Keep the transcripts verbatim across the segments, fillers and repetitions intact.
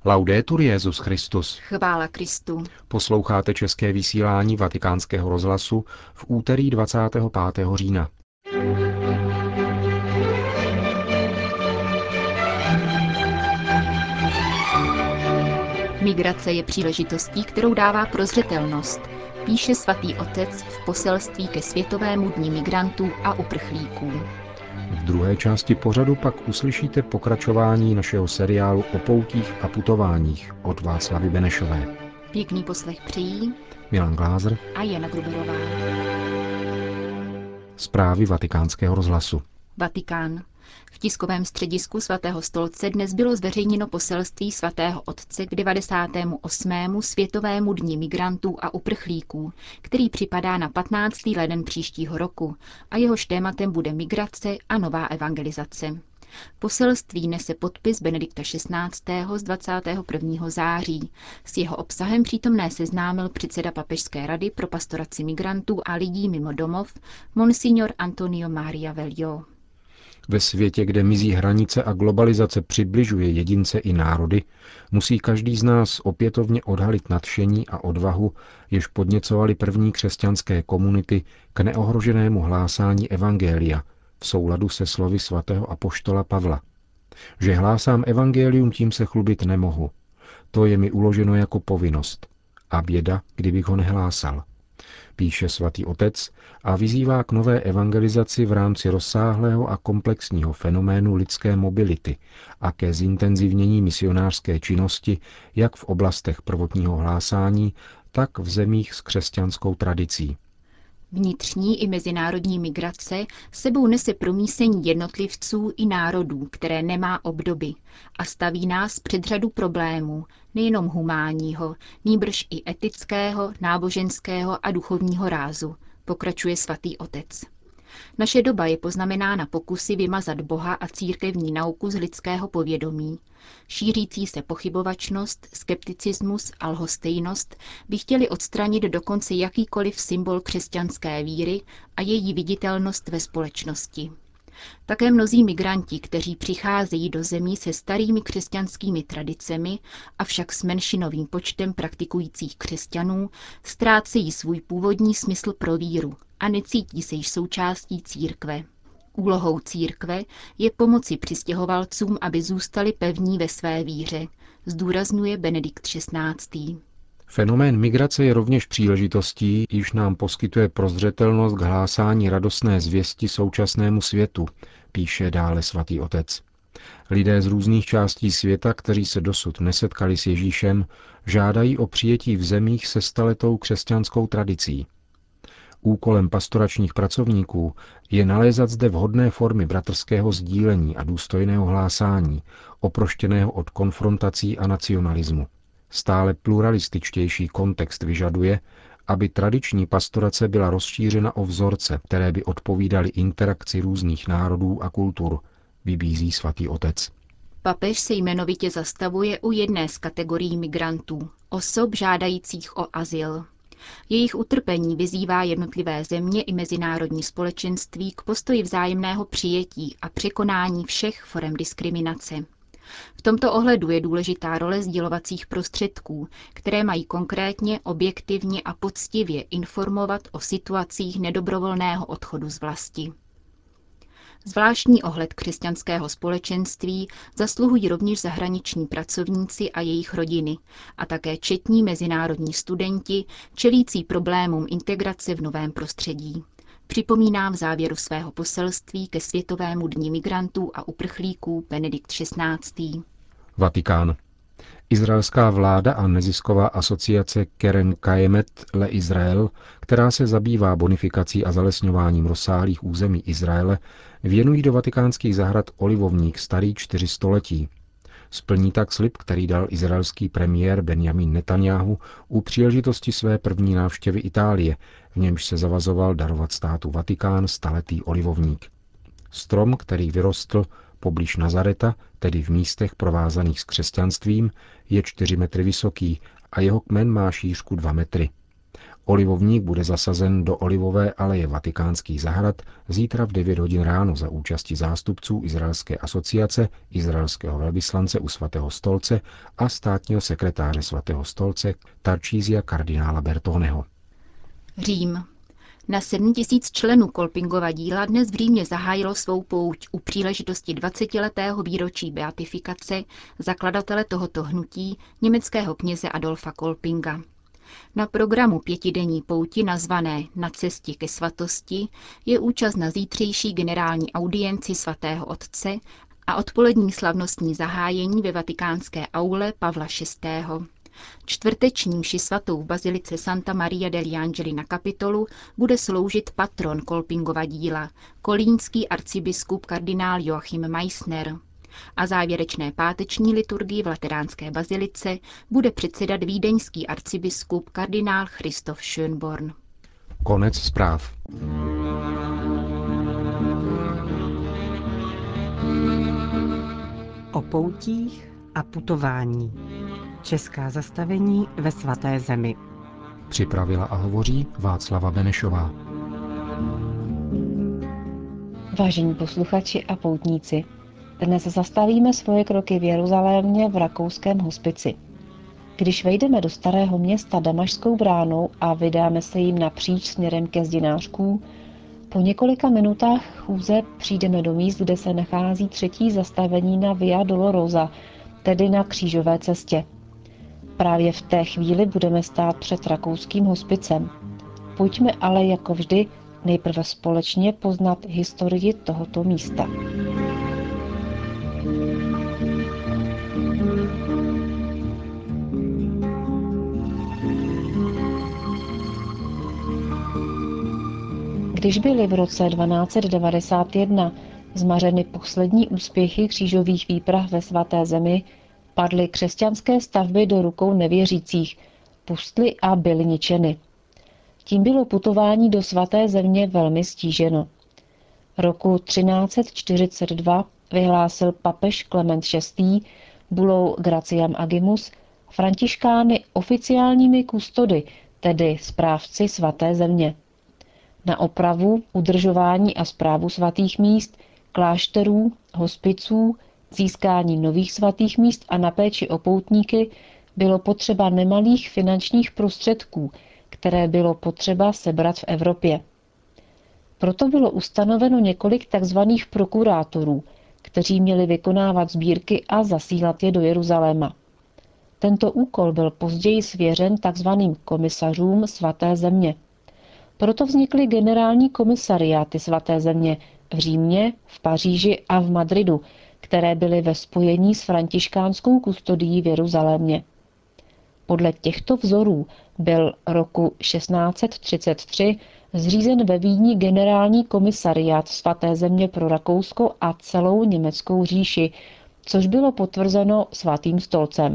Laudetur Jesus Christus. Chvála Kristu. Posloucháte české vysílání Vatikánského rozhlasu v úterý dvacátého pátého října. Migrace je příležitostí, kterou dává prozřetelnost, píše svatý otec v poselství ke Světovému dni migrantů a uprchlíků. V druhé části pořadu pak uslyšíte pokračování našeho seriálu o poutích a putováních od Václavy Benešové. Pěkný poslech přejí Milan Glázer a Jana Gruberová. Zprávy Vatikánského rozhlasu. Vatikán. V tiskovém středisku svatého stolce dnes bylo zveřejněno poselství svatého otce k devadesátému osmému Světovému dni migrantů a uprchlíků, který připadá na patnáctý leden příštího roku a jehož tématem bude migrace a nová evangelizace. Poselství nese podpis Benedikta šestnáctého z dvacátého prvního září. S jeho obsahem přítomné seznámil předseda Papežské rady pro pastoraci migrantů a lidí mimo domov, monsignor Antonio Maria Velio. Ve světě, kde mizí hranice a globalizace přibližuje jedince i národy, musí každý z nás opětovně odhalit nadšení a odvahu, jež podněcovali první křesťanské komunity k neohroženému hlásání evangelia v souladu se slovy svatého apoštola Pavla. Že hlásám evangelium, tím se chlubit nemohu. To je mi uloženo jako povinnost. A běda, kdybych ho nehlásal. Píše svatý otec a vyzývá k nové evangelizaci v rámci rozsáhlého a komplexního fenoménu lidské mobility a ke zintenzivnění misionářské činnosti jak v oblastech prvotního hlásání, tak v zemích s křesťanskou tradicí. Vnitřní i mezinárodní migrace sebou nese promísení jednotlivců i národů, které nemá obdoby a staví nás před řadu problémů, nejenom humánního, nýbrž i etického, náboženského a duchovního rázu, pokračuje svatý otec. Naše doba je poznamenána pokusy vymazat Boha a církevní nauku z lidského povědomí. Šířící se pochybovačnost, skepticismus a lhostejnost by chtěli odstranit dokonce jakýkoliv symbol křesťanské víry a její viditelnost ve společnosti. Také mnozí migranti, kteří přicházejí do zemí se starými křesťanskými tradicemi, avšak s menšinovým počtem praktikujících křesťanů, ztrácejí svůj původní smysl pro víru a necítí se již součástí církve. Úlohou církve je pomoci přistěhovalcům, aby zůstali pevní ve své víře, zdůrazňuje Benedikt šestnáctý. Fenomén migrace je rovněž příležitostí, již nám poskytuje prozřetelnost k hlásání radostné zvěsti současnému světu, píše dále svatý otec. Lidé z různých částí světa, kteří se dosud nesetkali s Ježíšem, žádají o přijetí v zemích se staletou křesťanskou tradicí. Úkolem pastoračních pracovníků je nalézat zde vhodné formy bratrského sdílení a důstojného hlásání, oproštěného od konfrontací a nacionalismu. Stále pluralističtější kontext vyžaduje, aby tradiční pastorace byla rozšířena o vzorce, které by odpovídaly interakci různých národů a kultur, vybízí svatý otec. Papež se jmenovitě zastavuje u jedné z kategorií migrantů, osob žádajících o azyl. Jejich utrpení vyzývá jednotlivé země i mezinárodní společenství k postoji vzájemného přijetí a překonání všech forem diskriminace. V tomto ohledu je důležitá role sdělovacích prostředků, které mají konkrétně, objektivně a poctivě informovat o situacích nedobrovolného odchodu z vlasti. Zvláštní ohled křesťanského společenství zasluhují rovněž zahraniční pracovníci a jejich rodiny a také četní mezinárodní studenti, čelící problémům integrace v novém prostředí. Připomíná v závěru svého poselství ke Světovému dni migrantů a uprchlíků Benedikt šestnáctý. Vatikán. Izraelská vláda a nezisková asociace Keren Kajemet Le Israel, která se zabývá bonifikací a zalesňováním rozsáhlých území Izraele, věnují do vatikánských zahrad olivovník starý čtyři století. Splní tak slib, který dal izraelský premiér Benjamin Netanjahu u příležitosti své první návštěvy Itálie, v němž se zavazoval darovat státu Vatikán staletý olivovník. Strom, který vyrostl poblíž Nazareta, tedy v místech provázaných s křesťanstvím, je čtyři metry vysoký a jeho kmen má šířku dva metry. Olivovník bude zasazen do olivové aleje Vatikánských zahrad zítra v devět hodin ráno za účasti zástupců Izraelské asociace, izraelského velvyslance u Svatého stolce a státního sekretáře Svatého stolce Tarcísia kardinála Bertoneho. Řím. Na sedm tisíc členů Kolpingova díla dnes v Římě zahájilo svou pouť u příležitosti dvacetiletého výročí beatifikace zakladatele tohoto hnutí, německého kněze Adolfa Kolpinga. Na programu pětidenní pouti nazvané Na cestě ke svatosti je účast na zítřejší generální audienci svatého otce a odpolední slavnostní zahájení ve vatikánské aule Pavla šestého. Čtvrteční mši svatou v bazilice Santa Maria degli Angeli na Kapitolu bude sloužit patron Kolpingova díla, kolínský arcibiskup kardinál Joachim Meissner. A závěrečné páteční liturgii v Lateránské bazilice bude předsedat vídeňský arcibiskup kardinál Christoph Schönborn. Konec zpráv. O poutích a putování. Česká zastavení ve svaté zemi. Připravila a hovoří Václava Benešová. Vážení posluchači a poutníci, dnes zastavíme svoje kroky v Jeruzalémě v rakouském hospici. Když vejdeme do starého města Damašskou bránou a vydáme se jim napříč směrem ke zdi nářků, po několika minutách chůze přijdeme do míst, kde se nachází třetí zastavení na Via Dolorosa, tedy na křížové cestě. Právě v té chvíli budeme stát před rakouským hospicem. Pojďme ale jako vždy nejprve společně poznat historii tohoto místa. Když byly v roce dvanáct devadesát jedna zmařeny poslední úspěchy křížových výprav ve svaté zemi, padly křesťanské stavby do rukou nevěřících, pustly a byly ničeny. Tím bylo putování do svaté země velmi stíženo. Roku třináct set čtyřicet dva vyhlásil papež Klement šestý bulou Gratiam Agimus františkány oficiálními kustody, tedy správci svaté země. Na opravu, udržování a správu svatých míst, klášterů, hospiců, získání nových svatých míst a na péči o poutníky bylo potřeba nemalých finančních prostředků, které bylo potřeba sebrat v Evropě. Proto bylo ustanoveno několik tzv. Prokurátorů, kteří měli vykonávat sbírky a zasílat je do Jeruzaléma. Tento úkol byl později svěřen tzv. Komisařům svaté země. Proto vznikly generální komisariáty svaté země v Římě, v Paříži a v Madridu, které byly ve spojení s františkánskou kustodií v Jeruzalémě. Podle těchto vzorů byl roku šestnáct set třicet tři zřízen ve Vídni generální komisariát svaté země pro Rakousko a celou německou říši, což bylo potvrzeno svatým stolcem.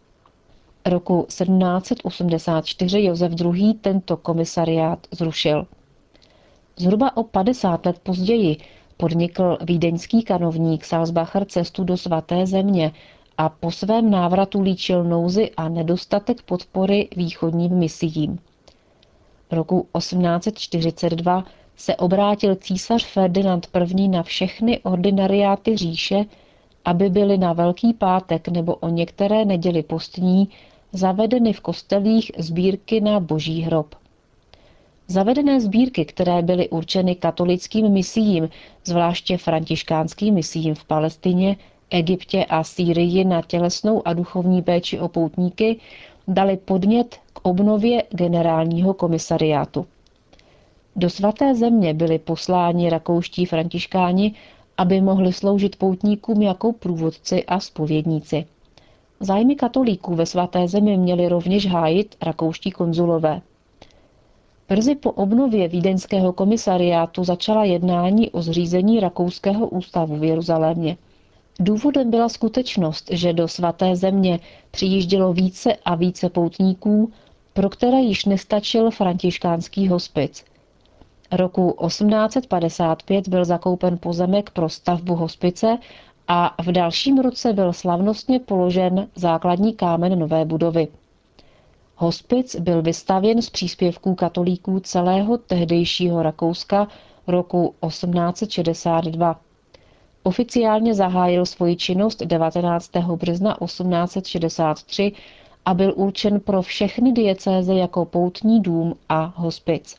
Roku sedmnáct set osmdesát čtyři Josef druhý. Tento komisariát zrušil. Zhruba o padesát let později podnikl vídeňský kanovník Salzbacher cestu do svaté země a po svém návratu líčil nouzi a nedostatek podpory východním misiím. Roku osmnáct set čtyřicet dva se obrátil císař Ferdinand I. na všechny ordinariáty říše, aby byly na Velký pátek nebo o některé neděli postní zavedeny v kostelích sbírky na Boží hrob. Zavedené sbírky, které byly určeny katolickým misiím, zvláště františkánským misiím v Palestině, Egyptě a Sýrii na tělesnou a duchovní péči o poutníky, dali podnět k obnově generálního komisariátu. Do svaté země byli posláni rakouští františkáni, aby mohli sloužit poutníkům jako průvodci a zpovědníci. Zájmy katolíků ve svaté zemi měli rovněž hájit rakouští konzulové. Brzy po obnově vídeňského komisariátu začala jednání o zřízení rakouského ústavu v Jeruzalémě. Důvodem byla skutečnost, že do svaté země přijíždělo více a více poutníků, pro které již nestačil františkánský hospic. Roku osmnáct set padesát pět byl zakoupen pozemek pro stavbu hospice a v dalším roce byl slavnostně položen základní kámen nové budovy. Hospic byl vystavěn z příspěvků katolíků celého tehdejšího Rakouska roku osmnáct set šedesát dva. Oficiálně zahájil svoji činnost devatenáctého března osmnáct set šedesát tři a byl určen pro všechny diecéze jako poutní dům a hospic.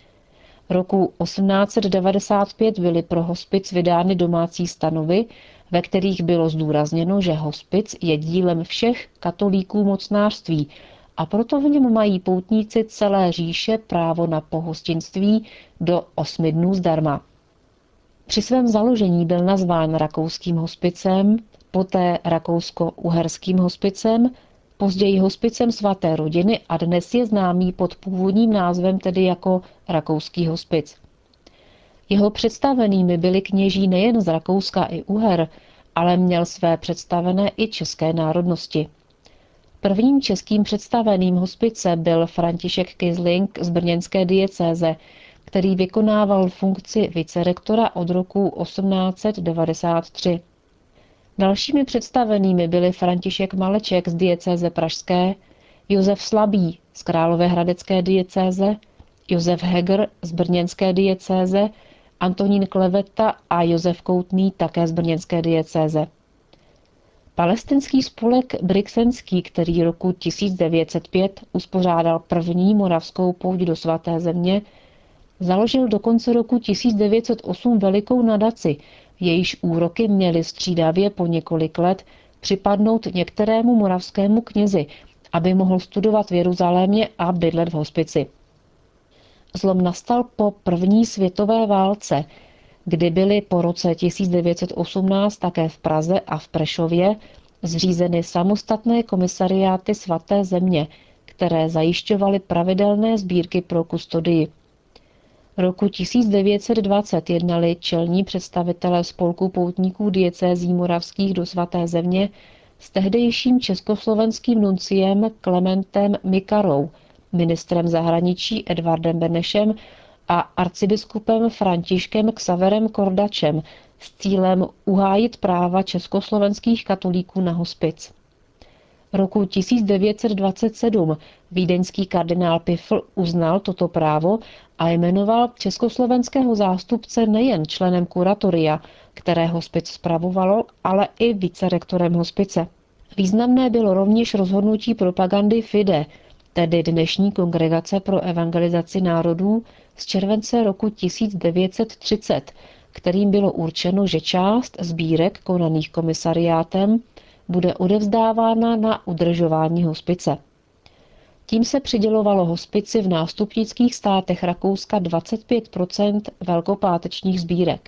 Roku osmnáct set devadesát pět byly pro hospic vydány domácí stanovy, ve kterých bylo zdůrazněno, že hospic je dílem všech katolíků mocnářství a proto v něm mají poutníci celé říše právo na pohostinství do osmi dnů zdarma. Při svém založení byl nazván rakouským hospicem, poté rakousko-uherským hospicem, později hospicem svaté rodiny a dnes je známý pod původním názvem, tedy jako rakouský hospic. Jeho představenými byli kněží nejen z Rakouska i Uher, ale měl své představené i české národnosti. Prvním českým představeným hospice byl František Kysling z brněnské diecéze, který vykonával funkci vicerektora od roku osmnáct set devadesát tři. Dalšími představenými byli František Maleček z diecéze pražské, Josef Slabý z královéhradecké diecéze, Josef Heger z brněnské diecéze, Antonín Kleveta a Josef Koutný také z brněnské diecéze. Palestinský spolek Brixenský, který roku tisíc devět set pět uspořádal první moravskou pouť do svaté země, založil do konce roku tisíc devět set osm velikou nadaci, jejíž úroky měly střídavě po několik let připadnout některému moravskému knězi, aby mohl studovat v Jeruzalémě a bydlet v hospici. Zlom nastal po první světové válce, kdy byly po roce tisíc devět set osmnáct také v Praze a v Prešově zřízeny samostatné komisariáty svaté země, které zajišťovaly pravidelné sbírky pro kustodii. Roku tisíc devět set dvacet jednali čelní představitelé spolku poutníků diecézí moravských do svaté země s tehdejším československým nunciem Klementem Mikarou, ministrem zahraničí Edvardem Benešem a arcibiskupem Františkem Xaverem Kordačem s cílem uhájit práva československých katolíků na hospic. Roku tisíc devět set dvacet sedm vídeňský kardinál Pifl uznal toto právo a jmenoval československého zástupce nejen členem kuratoria, které hospic spravovalo, ale i vicerektorem hospice. Významné bylo rovněž rozhodnutí propagandy FIDE, tedy dnešní Kongregace pro evangelizaci národů, z července roku tisíc devět set třicet, kterým bylo určeno, že část sbírek konaných komisariátem bude odevzdávána na udržování hospice. Tím se přidělovalo hospici v nástupnických státech Rakouska dvacet pět procent velkopátečních sbírek.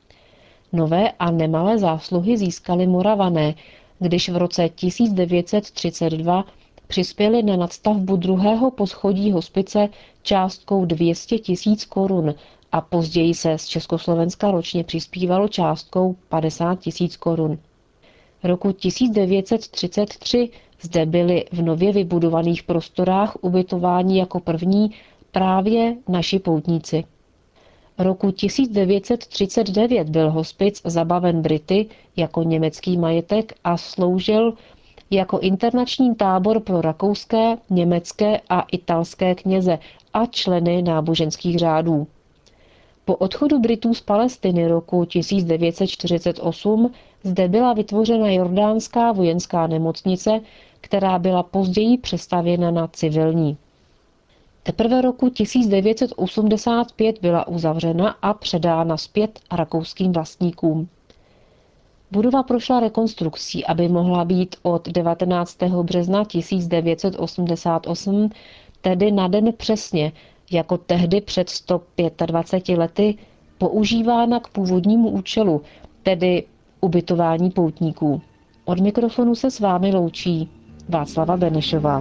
Nové a nemalé zásluhy získali Moravané, když v roce tisíc devět set třicet dva přispěli na nadstavbu druhého poschodí hospice částkou dvě stě tisíc korun a později se z Československa ročně přispívalo částkou padesát tisíc korun. Roku tisíc devět set třicet tři zde byli v nově vybudovaných prostorách ubytováni jako první právě naši poutníci. Roku tisíc devět set třicet devět byl hospic zabaven Brity jako německý majetek a sloužil jako internační tábor pro rakouské, německé a italské kněze a členy náboženských řádů. Po odchodu Britů z Palestiny roku tisíc devět set čtyřicet osm zde byla vytvořena jordánská vojenská nemocnice, která byla později přestavěna na civilní. Teprve roku tisíc devět set osmdesát pět byla uzavřena a předána zpět rakouským vlastníkům. Budova prošla rekonstrukcí, aby mohla být od devatenáctého března tisíc devět set osmdesát osm, tedy na den přesně, jako tehdy před sto dvaceti pěti lety, používána k původnímu účelu, tedy ubytování poutníků. Od mikrofonu se s vámi loučí Václava Benešová.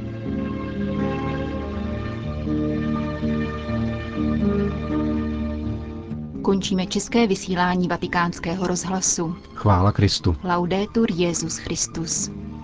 Končíme české vysílání Vatikánského rozhlasu. Chvála Kristu. Laudetur Jesus Christus.